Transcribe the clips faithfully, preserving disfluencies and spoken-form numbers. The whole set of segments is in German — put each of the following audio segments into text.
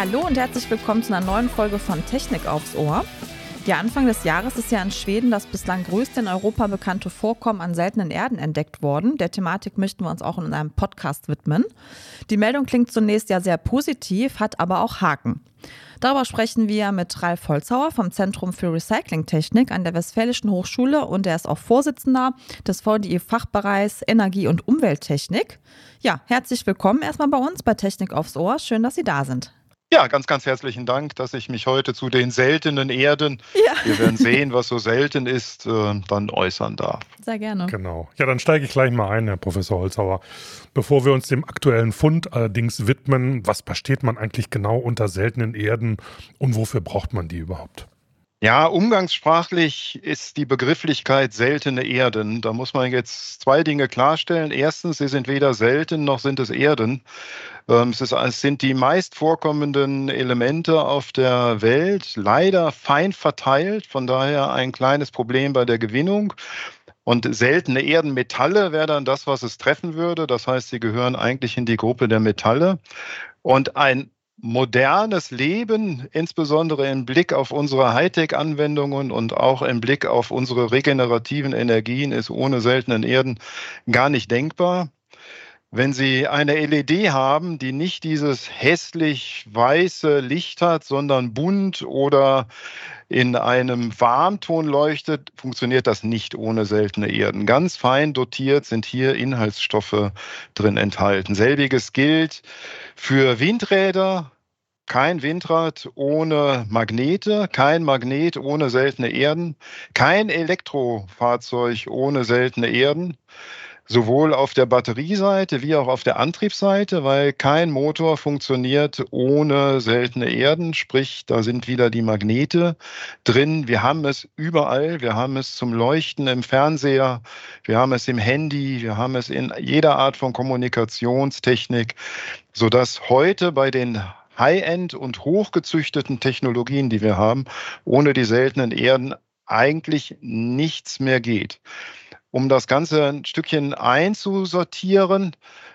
Hallo und herzlich willkommen zu einer neuen Folge von Technik aufs Ohr. Ja, Anfang des Jahres ist ja in Schweden das bislang größte in Europa bekannte Vorkommen an seltenen Erden entdeckt worden. Der Thematik möchten wir uns auch in einem Podcast widmen. Die Meldung klingt zunächst ja sehr positiv, hat aber auch Haken. Darüber sprechen wir mit Ralf Holzhauer vom Zentrum für Recyclingtechnik an der Westfälischen Hochschule und er ist auch Vorsitzender des V D I-Fachbereichs Energie- und Umwelttechnik. Ja, herzlich willkommen erstmal bei uns bei Technik aufs Ohr. Schön, dass Sie da sind. Ja, ganz, ganz herzlichen Dank, dass ich mich heute zu den seltenen Erden, ja. wir werden sehen, was so selten ist, äh, dann äußern darf. Sehr gerne. Genau. Ja, dann steige ich gleich mal ein, Herr Professor Holzhauer. Bevor wir uns dem aktuellen Fund allerdings widmen, was versteht man eigentlich genau unter seltenen Erden und wofür braucht man die überhaupt? Ja, umgangssprachlich ist die Begrifflichkeit seltene Erden. Da muss man jetzt zwei Dinge klarstellen. Erstens, sie sind weder selten noch sind es Erden. Es, ist, es sind die meist vorkommenden Elemente auf der Welt, leider fein verteilt, von daher ein kleines Problem bei der Gewinnung. Und seltene Erdenmetalle wäre dann das, was es treffen würde. Das heißt, sie gehören eigentlich in die Gruppe der Metalle. Und ein modernes Leben, insbesondere im Blick auf unsere Hightech-Anwendungen und auch im Blick auf unsere regenerativen Energien, ist ohne seltenen Erden gar nicht denkbar. Wenn Sie eine L E D haben, die nicht dieses hässlich weiße Licht hat, sondern bunt oder in einem Warmton leuchtet, funktioniert das nicht ohne seltene Erden. Ganz fein dotiert sind hier Inhaltsstoffe drin enthalten. Selbiges gilt für Windräder. Kein Windrad ohne Magnete, kein Magnet ohne seltene Erden, kein Elektrofahrzeug ohne seltene Erden. Sowohl auf der Batterieseite wie auch auf der Antriebsseite, weil kein Motor funktioniert ohne seltene Erden, sprich, da sind wieder die Magnete drin. Wir haben es überall, wir haben es zum Leuchten im Fernseher, wir haben es im Handy, wir haben es in jeder Art von Kommunikationstechnik, sodass heute bei den High-End und hochgezüchteten Technologien, die wir haben, ohne die seltenen Erden eigentlich nichts mehr geht. Um das Ganze ein Stückchen einzusortieren,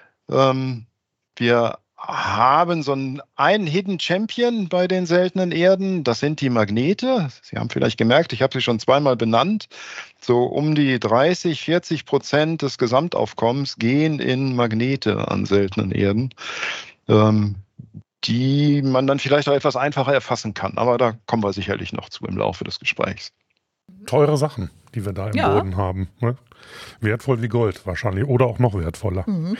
ähm, wir haben so einen, einen Hidden Champion bei den seltenen Erden, das sind die Magnete. Sie haben vielleicht gemerkt, ich habe sie schon zweimal benannt. So um die dreißig, vierzig Prozent des Gesamtaufkommens gehen in Magnete an seltenen Erden, ähm, die man dann vielleicht auch etwas einfacher erfassen kann. Aber da kommen wir sicherlich noch zu im Laufe des Gesprächs. Teure Sachen, die wir da im ja. Boden haben. Ne? Wertvoll wie Gold wahrscheinlich oder auch noch wertvoller. Mhm.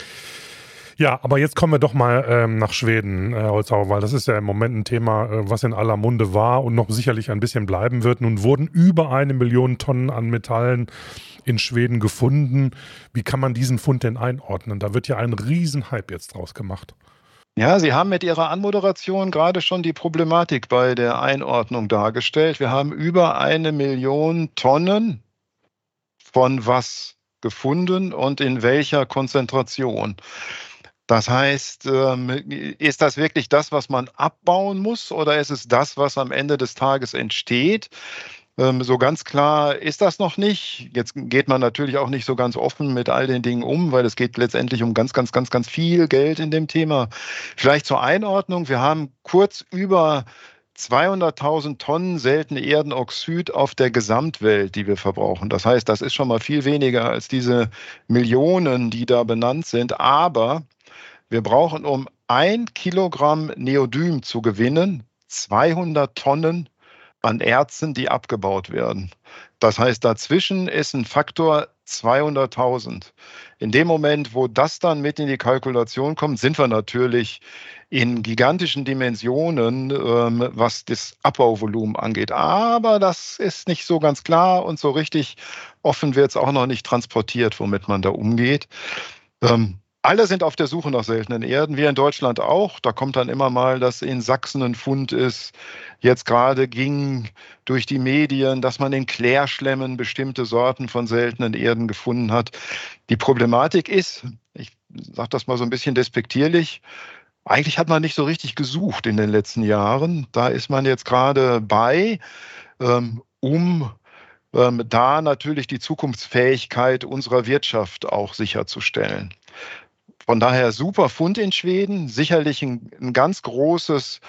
Ja, aber jetzt kommen wir doch mal ähm, nach Schweden, äh, Holzhauer, weil das ist ja im Moment ein Thema, äh, was in aller Munde war und noch sicherlich ein bisschen bleiben wird. Nun wurden über eine Million Tonnen an Metallen in Schweden gefunden. Wie kann man diesen Fund denn einordnen? Da wird ja ein Riesenhype jetzt draus gemacht. Ja, Sie haben mit Ihrer Anmoderation gerade schon die Problematik bei der Einordnung dargestellt. Wir haben über eine Million Tonnen von was gefunden und in welcher Konzentration. Das heißt, ist das wirklich das, was man abbauen muss, oder ist es das, was am Ende des Tages entsteht? So ganz klar ist das noch nicht. Jetzt geht man natürlich auch nicht so ganz offen mit all den Dingen um, weil es geht letztendlich um ganz, ganz, ganz, ganz viel Geld in dem Thema. Vielleicht zur Einordnung. Wir haben kurz über zweihunderttausend Tonnen seltene Erdenoxid auf der Gesamtwelt, die wir verbrauchen. Das heißt, das ist schon mal viel weniger als diese Millionen, die da benannt sind. Aber wir brauchen, um ein Kilogramm Neodym zu gewinnen, zweihundert Tonnen an Erzen, die abgebaut werden. Das heißt, dazwischen ist ein Faktor zweihunderttausend. In dem Moment, wo das dann mit in die Kalkulation kommt, sind wir natürlich in gigantischen Dimensionen, ähm, was das Abbauvolumen angeht. Aber das ist nicht so ganz klar und so richtig offen wird es auch noch nicht transportiert, womit man da umgeht. Ähm, Alle sind auf der Suche nach seltenen Erden, wir in Deutschland auch. Da kommt dann immer mal, dass in Sachsen ein Fund ist. Jetzt gerade ging durch die Medien, dass man in Klärschlemmen bestimmte Sorten von seltenen Erden gefunden hat. Die Problematik ist, ich sage das mal so ein bisschen despektierlich, eigentlich hat man nicht so richtig gesucht in den letzten Jahren. Da ist man jetzt gerade bei, ähm, um ähm, da natürlich die Zukunftsfähigkeit unserer Wirtschaft auch sicherzustellen. Von daher super Fund in Schweden, sicherlich ein, ein ganz großes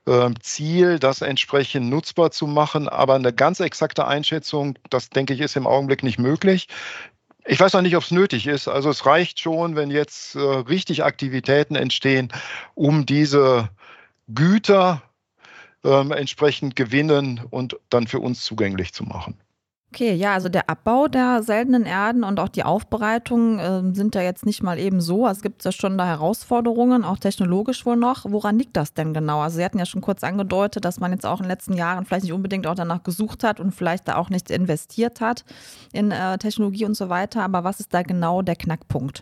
äh, Ziel, das entsprechend nutzbar zu machen. Aber eine ganz exakte Einschätzung, das denke ich, ist im Augenblick nicht möglich. Ich weiß noch nicht, ob es nötig ist. Also es reicht schon, wenn jetzt äh, richtig Aktivitäten entstehen, um diese Güter ähm, entsprechend gewinnen und dann für uns zugänglich zu machen. Okay, ja, also der Abbau der seltenen Erden und auch die Aufbereitung äh, sind ja jetzt nicht mal eben so. Also es gibt ja schon da Herausforderungen, auch technologisch wohl noch. Woran liegt das denn genau? Also Sie hatten ja schon kurz angedeutet, dass man jetzt auch in den letzten Jahren vielleicht nicht unbedingt auch danach gesucht hat und vielleicht da auch nicht investiert hat in äh, Technologie und so weiter. Aber was ist da genau der Knackpunkt?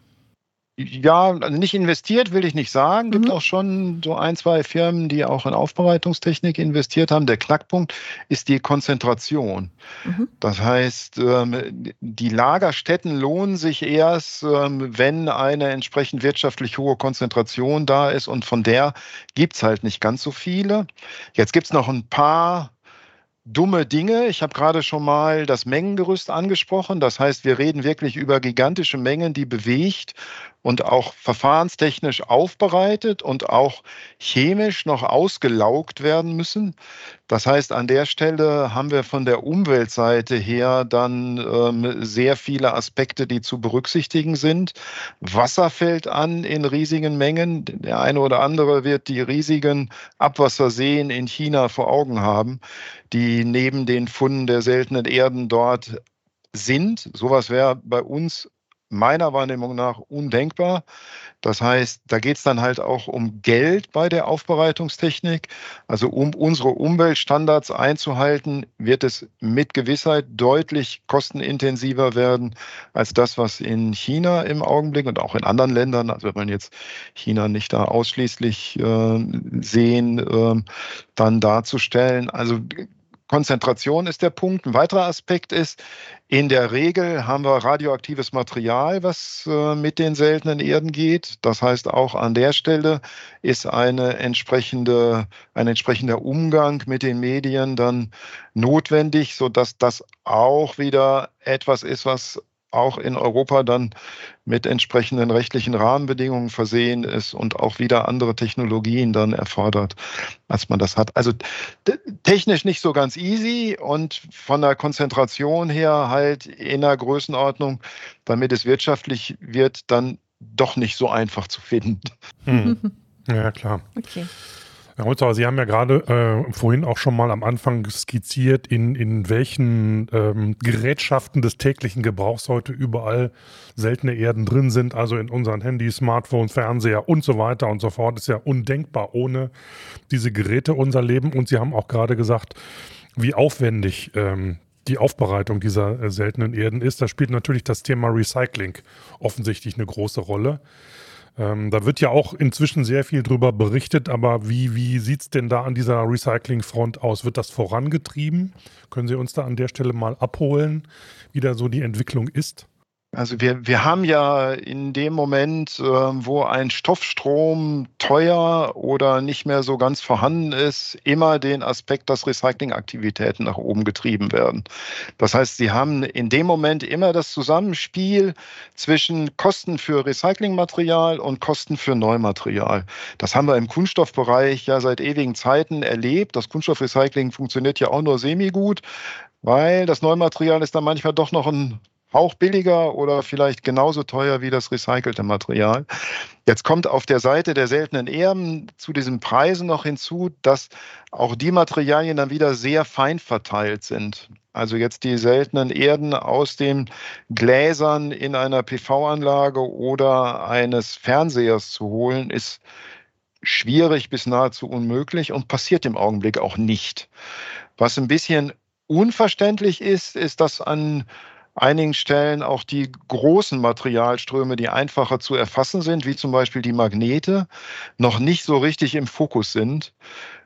Ja, also nicht investiert will ich nicht sagen. Gibt Mhm. auch schon so ein, zwei Firmen, die auch in Aufbereitungstechnik investiert haben. Der Knackpunkt ist die Konzentration. Mhm. Das heißt, ähm, die Lagerstätten lohnen sich erst, ähm, wenn eine entsprechend wirtschaftlich hohe Konzentration da ist. Und von der gibt es halt nicht ganz so viele. Jetzt gibt es noch ein paar dumme Dinge. Ich habe gerade schon mal das Mengengerüst angesprochen. Das heißt, wir reden wirklich über gigantische Mengen, die bewegt und auch verfahrenstechnisch aufbereitet und auch chemisch noch ausgelaugt werden müssen. Das heißt, an der Stelle haben wir von der Umweltseite her dann ähm, sehr viele Aspekte, die zu berücksichtigen sind. Wasser fällt an in riesigen Mengen. Der eine oder andere wird die riesigen Abwasserseen in China vor Augen haben, die neben den Funden der seltenen Erden dort sind. Sowas wäre bei uns meiner Wahrnehmung nach undenkbar. Das heißt, da geht es dann halt auch um Geld bei der Aufbereitungstechnik. Also um unsere Umweltstandards einzuhalten, wird es mit Gewissheit deutlich kostenintensiver werden als das, was in China im Augenblick und auch in anderen Ländern, also wenn man jetzt China nicht da ausschließlich äh, sehen, äh, dann darzustellen. Also Konzentration ist der Punkt. Ein weiterer Aspekt ist, in der Regel haben wir radioaktives Material, was äh, mit den seltenen Erden geht. Das heißt, auch an der Stelle ist eine entsprechende, ein entsprechender Umgang mit den Medien dann notwendig, sodass das auch wieder etwas ist, was auch in Europa dann mit entsprechenden rechtlichen Rahmenbedingungen versehen ist und auch wieder andere Technologien dann erfordert, als man das hat. Also technisch nicht so ganz easy und von der Konzentration her halt in der Größenordnung, damit es wirtschaftlich wird, dann doch nicht so einfach zu finden. Hm. Ja, klar. Okay. Herr Holzhauer, Sie haben ja gerade äh, vorhin auch schon mal am Anfang skizziert, in, in welchen ähm, Gerätschaften des täglichen Gebrauchs heute überall seltene Erden drin sind, also in unseren Handys, Smartphones, Fernseher und so weiter und so fort. Ist ja undenkbar ohne diese Geräte unser Leben. Und Sie haben auch gerade gesagt, wie aufwendig ähm, die Aufbereitung dieser äh, seltenen Erden ist. Da spielt natürlich das Thema Recycling offensichtlich eine große Rolle. Ähm, da wird ja auch inzwischen sehr viel drüber berichtet, aber wie, wie sieht es denn da an dieser Recyclingfront aus? Wird das vorangetrieben? Können Sie uns da an der Stelle mal abholen, wie da so die Entwicklung ist? Also wir, wir haben ja in dem Moment, äh, wo ein Stoffstrom teuer oder nicht mehr so ganz vorhanden ist, immer den Aspekt, dass Recyclingaktivitäten nach oben getrieben werden. Das heißt, Sie haben in dem Moment immer das Zusammenspiel zwischen Kosten für Recyclingmaterial und Kosten für Neumaterial. Das haben wir im Kunststoffbereich ja seit ewigen Zeiten erlebt. Das Kunststoffrecycling funktioniert ja auch nur semi-gut, weil das Neumaterial ist dann manchmal doch noch ein auch billiger oder vielleicht genauso teuer wie das recycelte Material. Jetzt kommt auf der Seite der seltenen Erden zu diesen Preisen noch hinzu, dass auch die Materialien dann wieder sehr fein verteilt sind. Also jetzt die seltenen Erden aus den Gläsern in einer P V-Anlage oder eines Fernsehers zu holen, ist schwierig bis nahezu unmöglich und passiert im Augenblick auch nicht. Was ein bisschen unverständlich ist, ist, dass an einigen Stellen auch die großen Materialströme, die einfacher zu erfassen sind, wie zum Beispiel die Magnete, noch nicht so richtig im Fokus sind.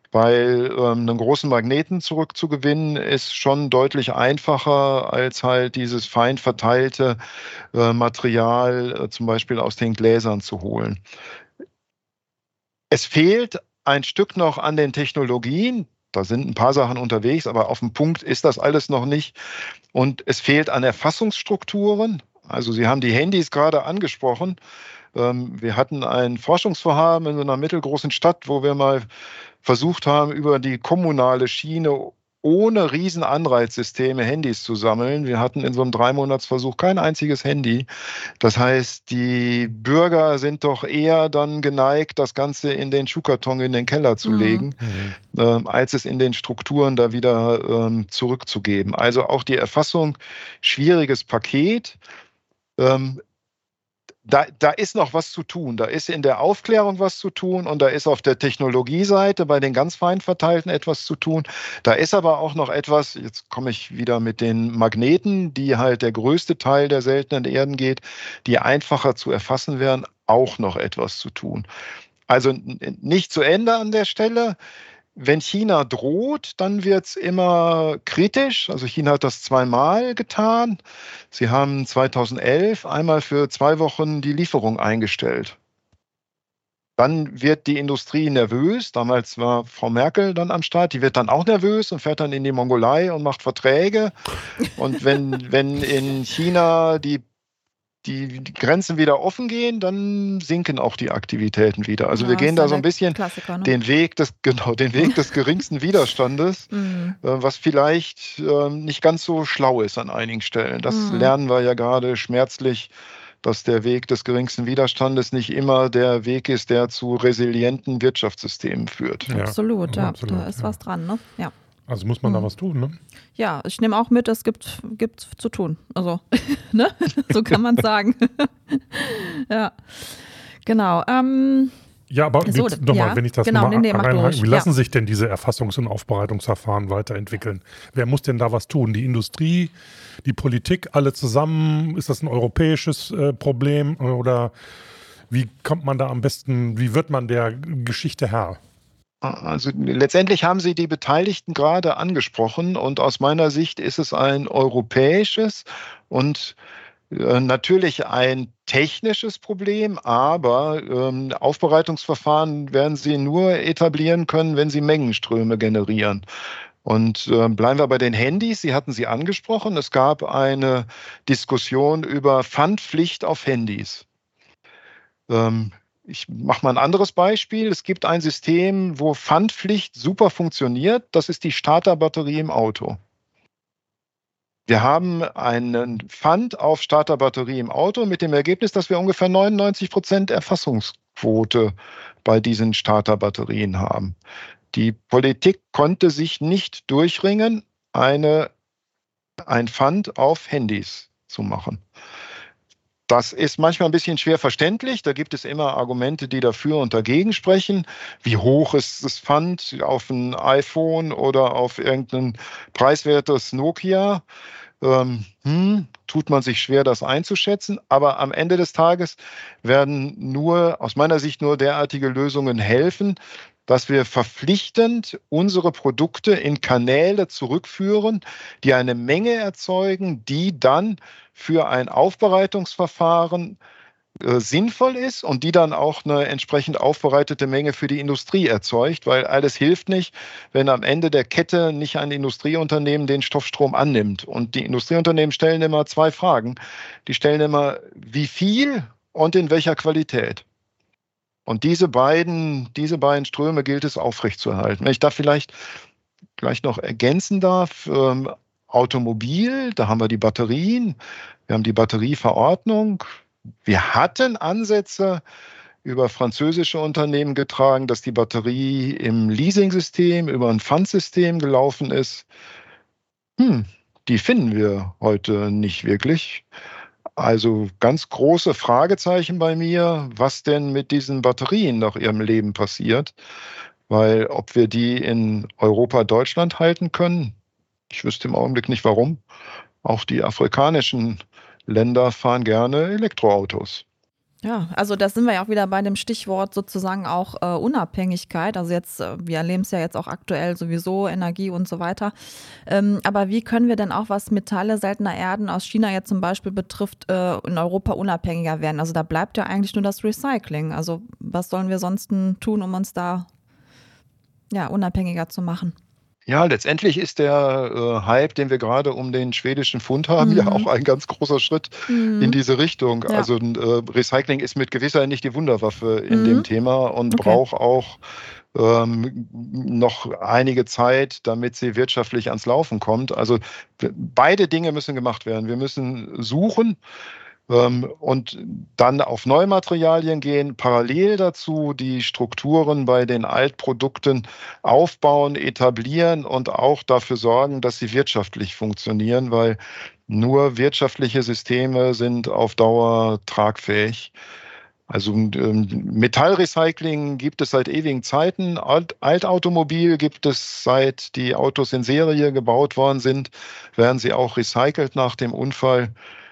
Weil ähm, einen großen Magneten zurückzugewinnen, ist schon deutlich einfacher, als halt dieses fein verteilte äh, Material äh, zum Beispiel aus den Gläsern zu holen. Es fehlt ein Stück noch an den Technologien. Da sind ein paar Sachen unterwegs, aber auf dem Punkt ist das alles noch nicht. Und es fehlt an Erfassungsstrukturen. Also Sie haben die Handys gerade angesprochen. Wir hatten ein Forschungsvorhaben in so einer mittelgroßen Stadt, wo wir mal versucht haben, über die kommunale Schiene ohne riesen Anreizsysteme Handys zu sammeln. Wir hatten in so einem Dreimonatsversuch kein einziges Handy. Das heißt, die Bürger sind doch eher dann geneigt, das Ganze in den Schuhkarton in den Keller zu mhm. legen, mhm. ähm, als es in den Strukturen da wieder ähm, zurückzugeben. Also auch die Erfassung, schwieriges Paket. Ähm, Da, da ist noch was zu tun. Da ist in der Aufklärung was zu tun und da ist auf der Technologieseite bei den ganz fein verteilten etwas zu tun. Da ist aber auch noch etwas, jetzt komme ich wieder mit den Magneten, die halt der größte Teil der seltenen Erden geht, die einfacher zu erfassen wären, auch noch etwas zu tun. Also nicht zu Ende an der Stelle. Wenn China droht, dann wird es immer kritisch. Also China hat das zweimal getan. Sie haben zweitausendelf einmal für zwei Wochen die Lieferung eingestellt. Dann wird die Industrie nervös. Damals war Frau Merkel dann am Start. Die wird dann auch nervös und fährt dann in die Mongolei und macht Verträge. Und wenn, wenn in China die die Grenzen wieder offen gehen, dann sinken auch die Aktivitäten wieder. Also ja, wir gehen da so ein bisschen ne? den Weg des, genau, den Weg des geringsten Widerstandes, mhm. äh, was vielleicht äh, nicht ganz so schlau ist an einigen Stellen. Das mhm. lernen wir ja gerade schmerzlich, dass der Weg des geringsten Widerstandes nicht immer der Weg ist, der zu resilienten Wirtschaftssystemen führt. Ja, absolut, ja, absolut, da ist ja. was dran, ne? Ja. Also muss man mhm. da was tun, ne? Ja, ich nehme auch mit, es gibt, gibt zu tun. Also, ne? So kann man es sagen. Ja, genau. Ähm, ja, aber so, nochmal, ja, wenn ich das genau, mal nee, nee, reinhaken, wie lassen ja. sich denn diese Erfassungs- und Aufbereitungsverfahren weiterentwickeln? Wer muss denn da was tun? Die Industrie, die Politik, alle zusammen? Ist das ein europäisches äh, Problem? Oder wie kommt man da am besten, wie wird man der Geschichte Herr? Also letztendlich haben Sie die Beteiligten gerade angesprochen und aus meiner Sicht ist es ein europäisches und äh, natürlich ein technisches Problem, aber ähm, Aufbereitungsverfahren werden Sie nur etablieren können, wenn Sie Mengenströme generieren. Und äh, bleiben wir bei den Handys, Sie hatten sie angesprochen, es gab eine Diskussion über Pfandpflicht auf Handys. Ähm, Ich mache mal ein anderes Beispiel. Es gibt ein System, wo Pfandpflicht super funktioniert. Das ist die Starterbatterie im Auto. Wir haben einen Pfand auf Starterbatterie im Auto mit dem Ergebnis, dass wir ungefähr neunundneunzig Prozent Erfassungsquote bei diesen Starterbatterien haben. Die Politik konnte sich nicht durchringen, eine, ein Pfand auf Handys zu machen. Das ist manchmal ein bisschen schwer verständlich. Da gibt es immer Argumente, die dafür und dagegen sprechen. Wie hoch ist das Pfand auf ein iPhone oder auf irgendein preiswertes Nokia? Ähm, hm, tut man sich schwer, das einzuschätzen. Aber am Ende des Tages werden nur, aus meiner Sicht, nur derartige Lösungen helfen, dass wir verpflichtend unsere Produkte in Kanäle zurückführen, die eine Menge erzeugen, die dann für ein Aufbereitungsverfahren äh, sinnvoll ist und die dann auch eine entsprechend aufbereitete Menge für die Industrie erzeugt, weil alles hilft nicht, wenn am Ende der Kette nicht ein Industrieunternehmen den Stoffstrom annimmt. Und die Industrieunternehmen stellen immer zwei Fragen. Die stellen immer, wie viel und in welcher Qualität. Und diese beiden, diese beiden Ströme gilt es aufrechtzuerhalten. Wenn ich da vielleicht gleich noch ergänzen darf, ähm, Automobil, da haben wir die Batterien, wir haben die Batterieverordnung. Wir hatten Ansätze über französische Unternehmen getragen, dass die Batterie im Leasingsystem über ein Pfandsystem gelaufen ist. Hm, die finden wir heute nicht wirklich. Also ganz große Fragezeichen bei mir, was denn mit diesen Batterien nach ihrem Leben passiert. Weil ob wir die in Europa, Deutschland halten können, ich wüsste im Augenblick nicht warum. Auch die afrikanischen Länder fahren gerne Elektroautos. Ja, also da sind wir ja auch wieder bei dem Stichwort sozusagen auch äh, Unabhängigkeit. Also jetzt, äh, wir erleben es ja jetzt auch aktuell sowieso, Energie und so weiter. Ähm, aber wie können wir denn auch, was Metalle seltener Erden aus China jetzt zum Beispiel betrifft, äh, in Europa unabhängiger werden? Also da bleibt ja eigentlich nur das Recycling. Also was sollen wir sonst tun, um uns da ja, unabhängiger zu machen? Ja, letztendlich ist der äh, Hype, den wir gerade um den schwedischen Pfund haben, Mhm. ja auch ein ganz großer Schritt Mhm. in diese Richtung. Ja. Also äh, Recycling ist mit Gewissheit nicht die Wunderwaffe in Mhm. dem Thema und Okay. braucht auch ähm, noch einige Zeit, damit sie wirtschaftlich ans Laufen kommt. Also w- beide Dinge müssen gemacht werden. Wir müssen suchen ähm, und dann auf Neumaterialien gehen, parallel dazu die Strukturen bei den Altprodukten aufbauen, etablieren und auch dafür sorgen, dass sie wirtschaftlich funktionieren, weil nur wirtschaftliche Systeme sind auf Dauer tragfähig. Also ähm, Metallrecycling gibt es seit ewigen Zeiten. Alt, Altautomobil gibt es, seit die Autos in Serie gebaut worden sind, werden sie auch recycelt nach dem Unfall.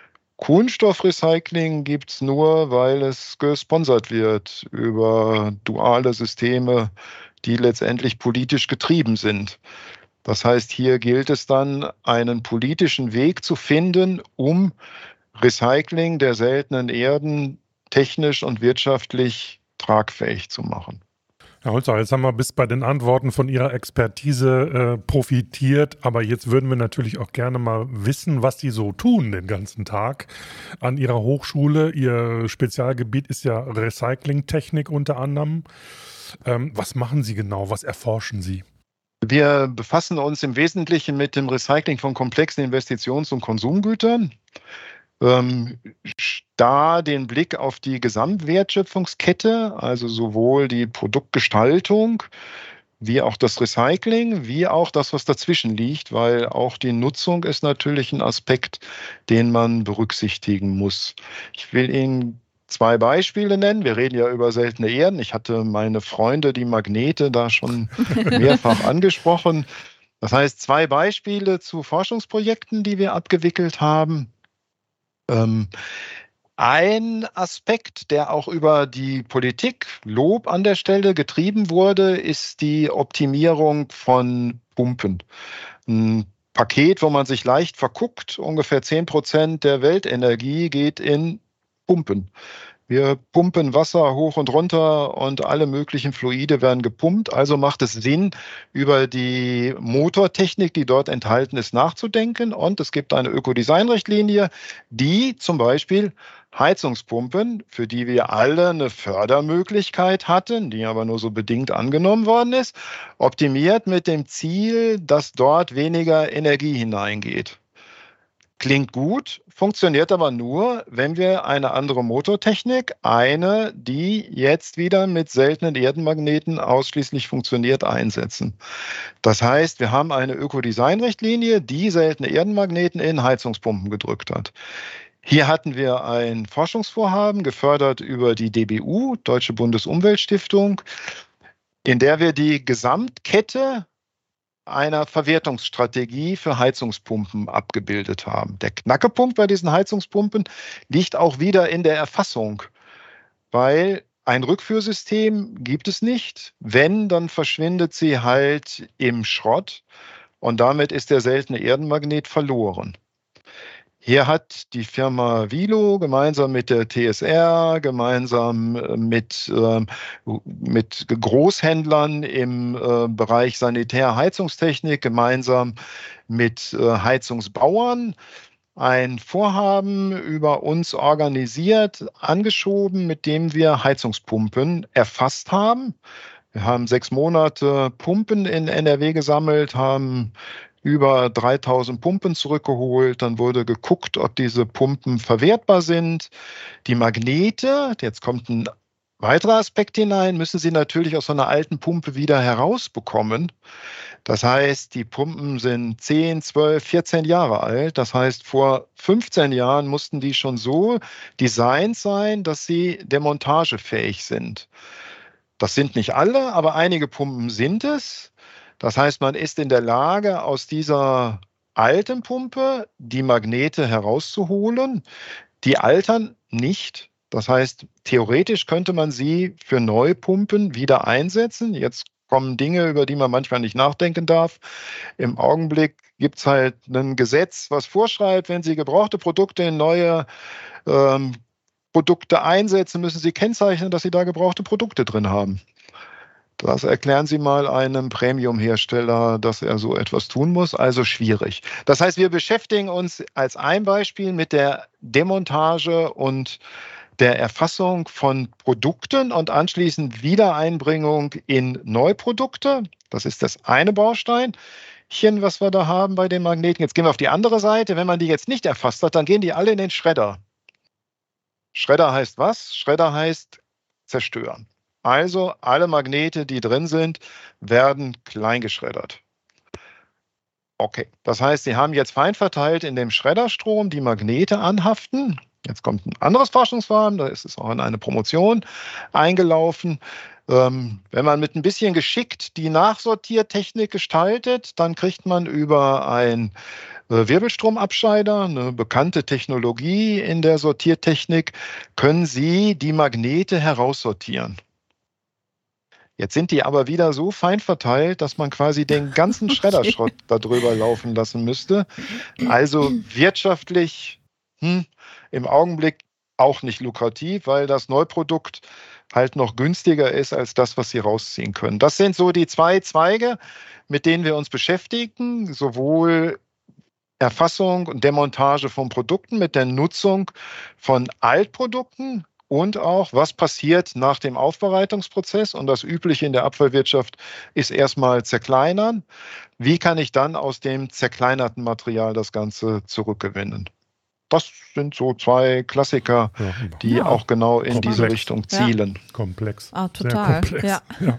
Kohlenstoffrecycling gibt es nur, weil es gesponsert wird über duale Systeme, die letztendlich politisch getrieben sind. Das heißt, hier gilt es dann, einen politischen Weg zu finden, um Recycling der seltenen Erden technisch und wirtschaftlich tragfähig zu machen. Herr Holzer, jetzt haben wir bis bei den Antworten von Ihrer Expertise äh, profitiert, aber jetzt würden wir natürlich auch gerne mal wissen, was Sie so tun den ganzen Tag an Ihrer Hochschule. Ihr Spezialgebiet ist ja Recyclingtechnik unter anderem. Ähm, was machen Sie genau? Was erforschen Sie? Wir befassen uns im Wesentlichen mit dem Recycling von komplexen Investitions- und Konsumgütern. Ähm, da den Blick auf die Gesamtwertschöpfungskette, also sowohl die Produktgestaltung wie auch das Recycling, wie auch das, was dazwischen liegt, weil auch die Nutzung ist natürlich ein Aspekt, den man berücksichtigen muss. Ich will Ihnen zwei Beispiele nennen. Wir reden ja über seltene Erden. Ich hatte meine Freunde, die Magnete, da schon mehrfach angesprochen. Das heißt, zwei Beispiele zu Forschungsprojekten, die wir abgewickelt haben. Ähm, ein Aspekt, der auch über die Politik, Lob an der Stelle, getrieben wurde, ist die Optimierung von Pumpen. Ein Paket, wo man sich leicht verguckt, ungefähr zehn Prozent der Weltenergie geht in Pumpen. Wir pumpen Wasser hoch und runter und alle möglichen Fluide werden gepumpt. Also macht es Sinn, über die Motortechnik, die dort enthalten ist, nachzudenken. Und es gibt eine Ökodesign-Richtlinie, die zum Beispiel Heizungspumpen, für die wir alle eine Fördermöglichkeit hatten, die aber nur so bedingt angenommen worden ist, optimiert mit dem Ziel, dass dort weniger Energie hineingeht. Klingt gut, funktioniert aber nur, wenn wir eine andere Motortechnik, eine, die jetzt wieder mit seltenen Erdenmagneten ausschließlich funktioniert, einsetzen. Das heißt, wir haben eine Ökodesign-Richtlinie, die seltene Erdenmagneten in Heizungspumpen gedrückt hat. Hier hatten wir ein Forschungsvorhaben, gefördert über die D B U, Deutsche Bundesumweltstiftung, in der wir die Gesamtkette einer Verwertungsstrategie für Heizungspumpen abgebildet haben. Der Knackepunkt bei diesen Heizungspumpen liegt auch wieder in der Erfassung, weil ein Rückführsystem gibt es nicht. Wenn, dann verschwindet sie halt im Schrott und damit ist der seltene Erdenmagnet verloren. Hier hat die Firma Vilo gemeinsam mit der T S R, gemeinsam mit, äh, mit Großhändlern im äh, Bereich Sanitär-Heizungstechnik, gemeinsam mit äh, Heizungsbauern ein Vorhaben über uns organisiert, angeschoben, mit dem wir Heizungspumpen erfasst haben. Wir haben sechs Monate Pumpen in N R W gesammelt, haben über dreitausend Pumpen zurückgeholt. Dann wurde geguckt, ob diese Pumpen verwertbar sind. Die Magnete, jetzt kommt ein weiterer Aspekt hinein, müssen Sie natürlich aus so einer alten Pumpe wieder herausbekommen. Das heißt, die Pumpen sind zehn, zwölf, vierzehn Jahre alt. Das heißt, vor fünfzehn Jahren mussten die schon so designt sein, dass sie demontagefähig sind. Das sind nicht alle, aber einige Pumpen sind es. Das heißt, man ist in der Lage, aus dieser alten Pumpe die Magnete herauszuholen. Die altern nicht. Das heißt, theoretisch könnte man sie für Neupumpen wieder einsetzen. Jetzt kommen Dinge, über die man manchmal nicht nachdenken darf. Im Augenblick gibt es halt ein Gesetz, was vorschreibt, wenn Sie gebrauchte Produkte in neue ähm, Produkte einsetzen, müssen Sie kennzeichnen, dass Sie da gebrauchte Produkte drin haben. Das erklären Sie mal einem Premium-Hersteller, dass er so etwas tun muss. Also schwierig. Das heißt, wir beschäftigen uns als ein Beispiel mit der Demontage und der Erfassung von Produkten und anschließend Wiedereinbringung in Neuprodukte. Das ist das eine Bausteinchen, was wir da haben bei den Magneten. Jetzt gehen wir auf die andere Seite. Wenn man die jetzt nicht erfasst hat, dann gehen die alle in den Schredder. Schredder heißt was? Schredder heißt zerstören. Also alle Magnete, die drin sind, werden kleingeschreddert. Okay, das heißt, Sie haben jetzt fein verteilt in dem Schredderstrom die Magnete anhaften. Jetzt kommt ein anderes Forschungsvorhaben, da ist es auch in eine Promotion eingelaufen. Ähm, wenn man mit ein bisschen geschickt die Nachsortiertechnik gestaltet, dann kriegt man über ein äh, Wirbelstromabscheider, eine bekannte Technologie in der Sortiertechnik, können Sie die Magnete heraussortieren. Jetzt sind die aber wieder so fein verteilt, dass man quasi den ganzen Schredderschrott okay. da drüber laufen lassen müsste. Also wirtschaftlich hm, im Augenblick auch nicht lukrativ, weil das Neuprodukt halt noch günstiger ist als das, was Sie rausziehen können. Das sind so die zwei Zweige, mit denen wir uns beschäftigen, sowohl Erfassung und Demontage von Produkten mit der Nutzung von Altprodukten, und auch, was passiert nach dem Aufbereitungsprozess? Und das Übliche in der Abfallwirtschaft ist erstmal zerkleinern. Wie kann ich dann aus dem zerkleinerten Material das Ganze zurückgewinnen? Das sind so zwei Klassiker, ja, die ja, auch genau in komplex. diese Richtung zielen. Ja. Komplex. Ah, total. Sehr komplex. Ja. Ja.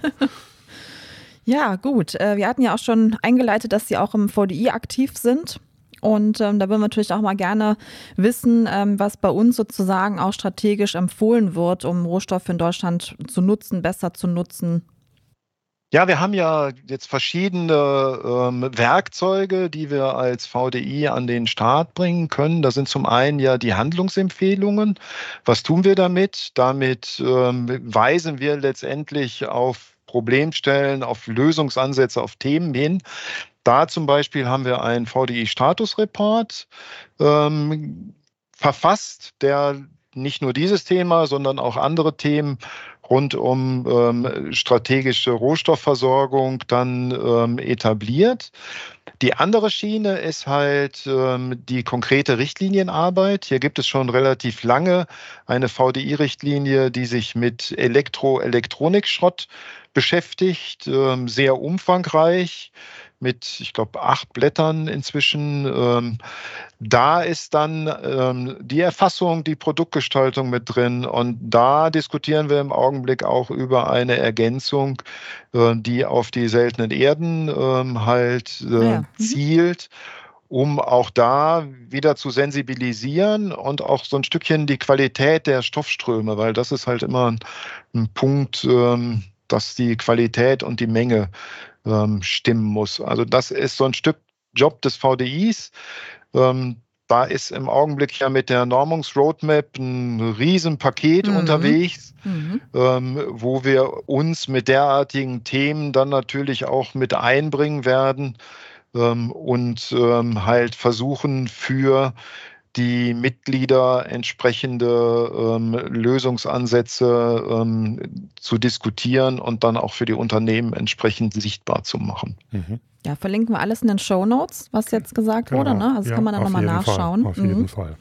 Ja, gut. Wir hatten ja auch schon eingeleitet, dass Sie auch im V D I aktiv sind. Und ähm, da würden wir natürlich auch mal gerne wissen, ähm, was bei uns sozusagen auch strategisch empfohlen wird, um Rohstoffe in Deutschland zu nutzen, besser zu nutzen. Ja, wir haben ja jetzt verschiedene ähm, Werkzeuge, die wir als V D I an den Start bringen können. Da sind zum einen ja die Handlungsempfehlungen. Was tun wir damit? Damit ähm, weisen wir letztendlich auf Problemstellen, auf Lösungsansätze, auf Themen hin. Da zum Beispiel haben wir einen V D I-Status-Report ähm, verfasst, der nicht nur dieses Thema, sondern auch andere Themen rund um ähm, strategische Rohstoffversorgung dann ähm, etabliert. Die andere Schiene ist halt ähm, die konkrete Richtlinienarbeit. Hier gibt es schon relativ lange eine V D I-Richtlinie, die sich mit Elektro-Elektronikschrott beschäftigt, ähm, sehr umfangreich, mit, ich glaube, acht Blättern inzwischen. Ähm, da ist dann ähm, die Erfassung, die Produktgestaltung mit drin. Und da diskutieren wir im Augenblick auch über eine Ergänzung, äh, die auf die seltenen Erden ähm, halt äh, ja. zielt, um auch da wieder zu sensibilisieren und auch so ein Stückchen die Qualität der Stoffströme, weil das ist halt immer ein, ein Punkt, ähm, dass die Qualität und die Menge ähm, stimmen muss. Also das ist so ein Stück Job des V D Is. Ähm, da ist im Augenblick ja mit der Normungsroadmap ein Riesenpaket mhm. unterwegs, mhm. Ähm, wo wir uns mit derartigen Themen dann natürlich auch mit einbringen werden ähm, und ähm, halt versuchen, für die Mitglieder entsprechende ähm, Lösungsansätze ähm, zu diskutieren und dann auch für die Unternehmen entsprechend sichtbar zu machen. Mhm. Ja, verlinken wir alles in den Shownotes, was jetzt gesagt genau. wurde. Ne? Also das ja, kann man dann nochmal nachschauen. Fall, auf jeden mhm. Fall.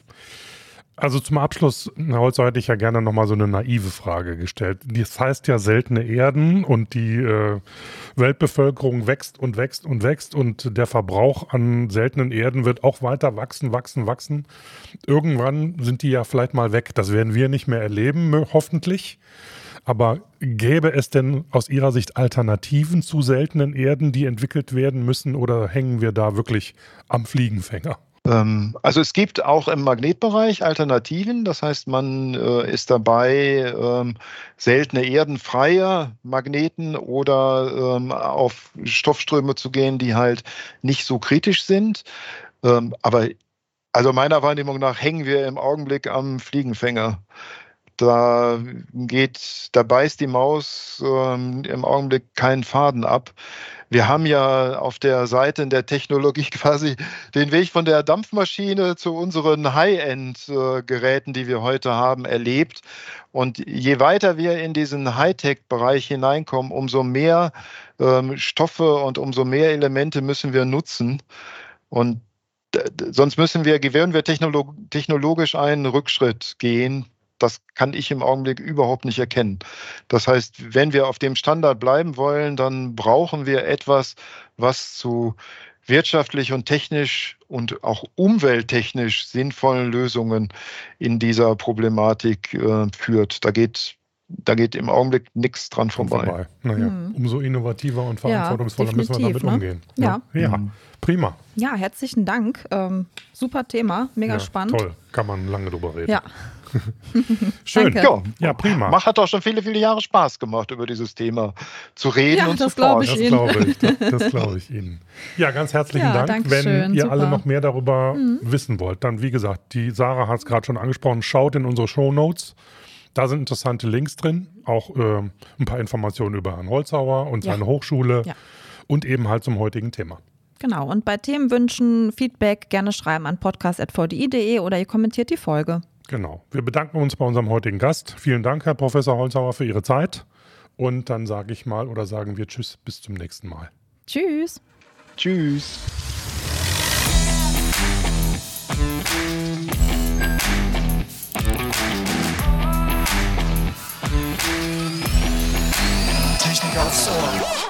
Also zum Abschluss, Herr Holzer, hätte ich ja gerne nochmal so eine naive Frage gestellt. Das heißt ja seltene Erden und die äh, Weltbevölkerung wächst und wächst und wächst und der Verbrauch an seltenen Erden wird auch weiter wachsen, wachsen, wachsen. Irgendwann sind die ja vielleicht mal weg. Das werden wir nicht mehr erleben, hoffentlich. Aber gäbe es denn aus Ihrer Sicht Alternativen zu seltenen Erden, die entwickelt werden müssen, oder hängen wir da wirklich am Fliegenfänger? Also es gibt auch im Magnetbereich Alternativen, das heißt, man äh, ist dabei, ähm, seltene erdenfreie Magneten oder ähm, auf Stoffströme zu gehen, die halt nicht so kritisch sind. Ähm, aber also meiner Wahrnehmung nach hängen wir im Augenblick am Fliegenfänger. da geht, da beißt die Maus ähm, im Augenblick keinen Faden ab. Wir haben ja auf der Seite der Technologie quasi den Weg von der Dampfmaschine zu unseren High-End-Geräten, die wir heute haben, erlebt. Und je weiter wir in diesen Hightech-Bereich hineinkommen, umso mehr ähm, Stoffe und umso mehr Elemente müssen wir nutzen. Und sonst müssen wir, würden wir technolog- technologisch einen Rückschritt gehen. Das kann ich im Augenblick überhaupt nicht erkennen. Das heißt, wenn wir auf dem Standard bleiben wollen, dann brauchen wir etwas, was zu wirtschaftlich und technisch und auch umwelttechnisch sinnvollen Lösungen in dieser Problematik äh, führt. Da geht Da geht im Augenblick nichts dran vorbei. vorbei. Naja, hm. umso innovativer und verantwortungsvoller ja, müssen wir damit ne? umgehen. Ja, ja. ja. Mhm. Prima. Ja, herzlichen Dank. Ähm, super Thema, mega ja, spannend. Toll, kann man lange drüber reden. Ja. Schön. Danke. Ja, ja, prima. Mach hat doch schon viele, viele Jahre Spaß gemacht, über dieses Thema zu reden ja, und das zu forschen. Ich das glaube ich. Das, das glaube ich Ihnen. Ja, ganz herzlichen ja, Dank. Wenn schön, ihr super. alle noch mehr darüber mhm. wissen wollt, dann wie gesagt, die Sarah hat es gerade schon angesprochen, schaut in unsere Shownotes. Da sind interessante Links drin, auch äh, ein paar Informationen über Herrn Holzhauer und ja. seine Hochschule ja. und eben halt zum heutigen Thema. Genau, und bei Themenwünschen, Feedback gerne schreiben an podcast at v d i punkt d e oder ihr kommentiert die Folge. Genau, wir bedanken uns bei unserem heutigen Gast. Vielen Dank, Herr Professor Holzhauer, für Ihre Zeit. Und dann sage ich mal oder sagen wir Tschüss, bis zum nächsten Mal. Tschüss. Tschüss. Technik aufs Ohr.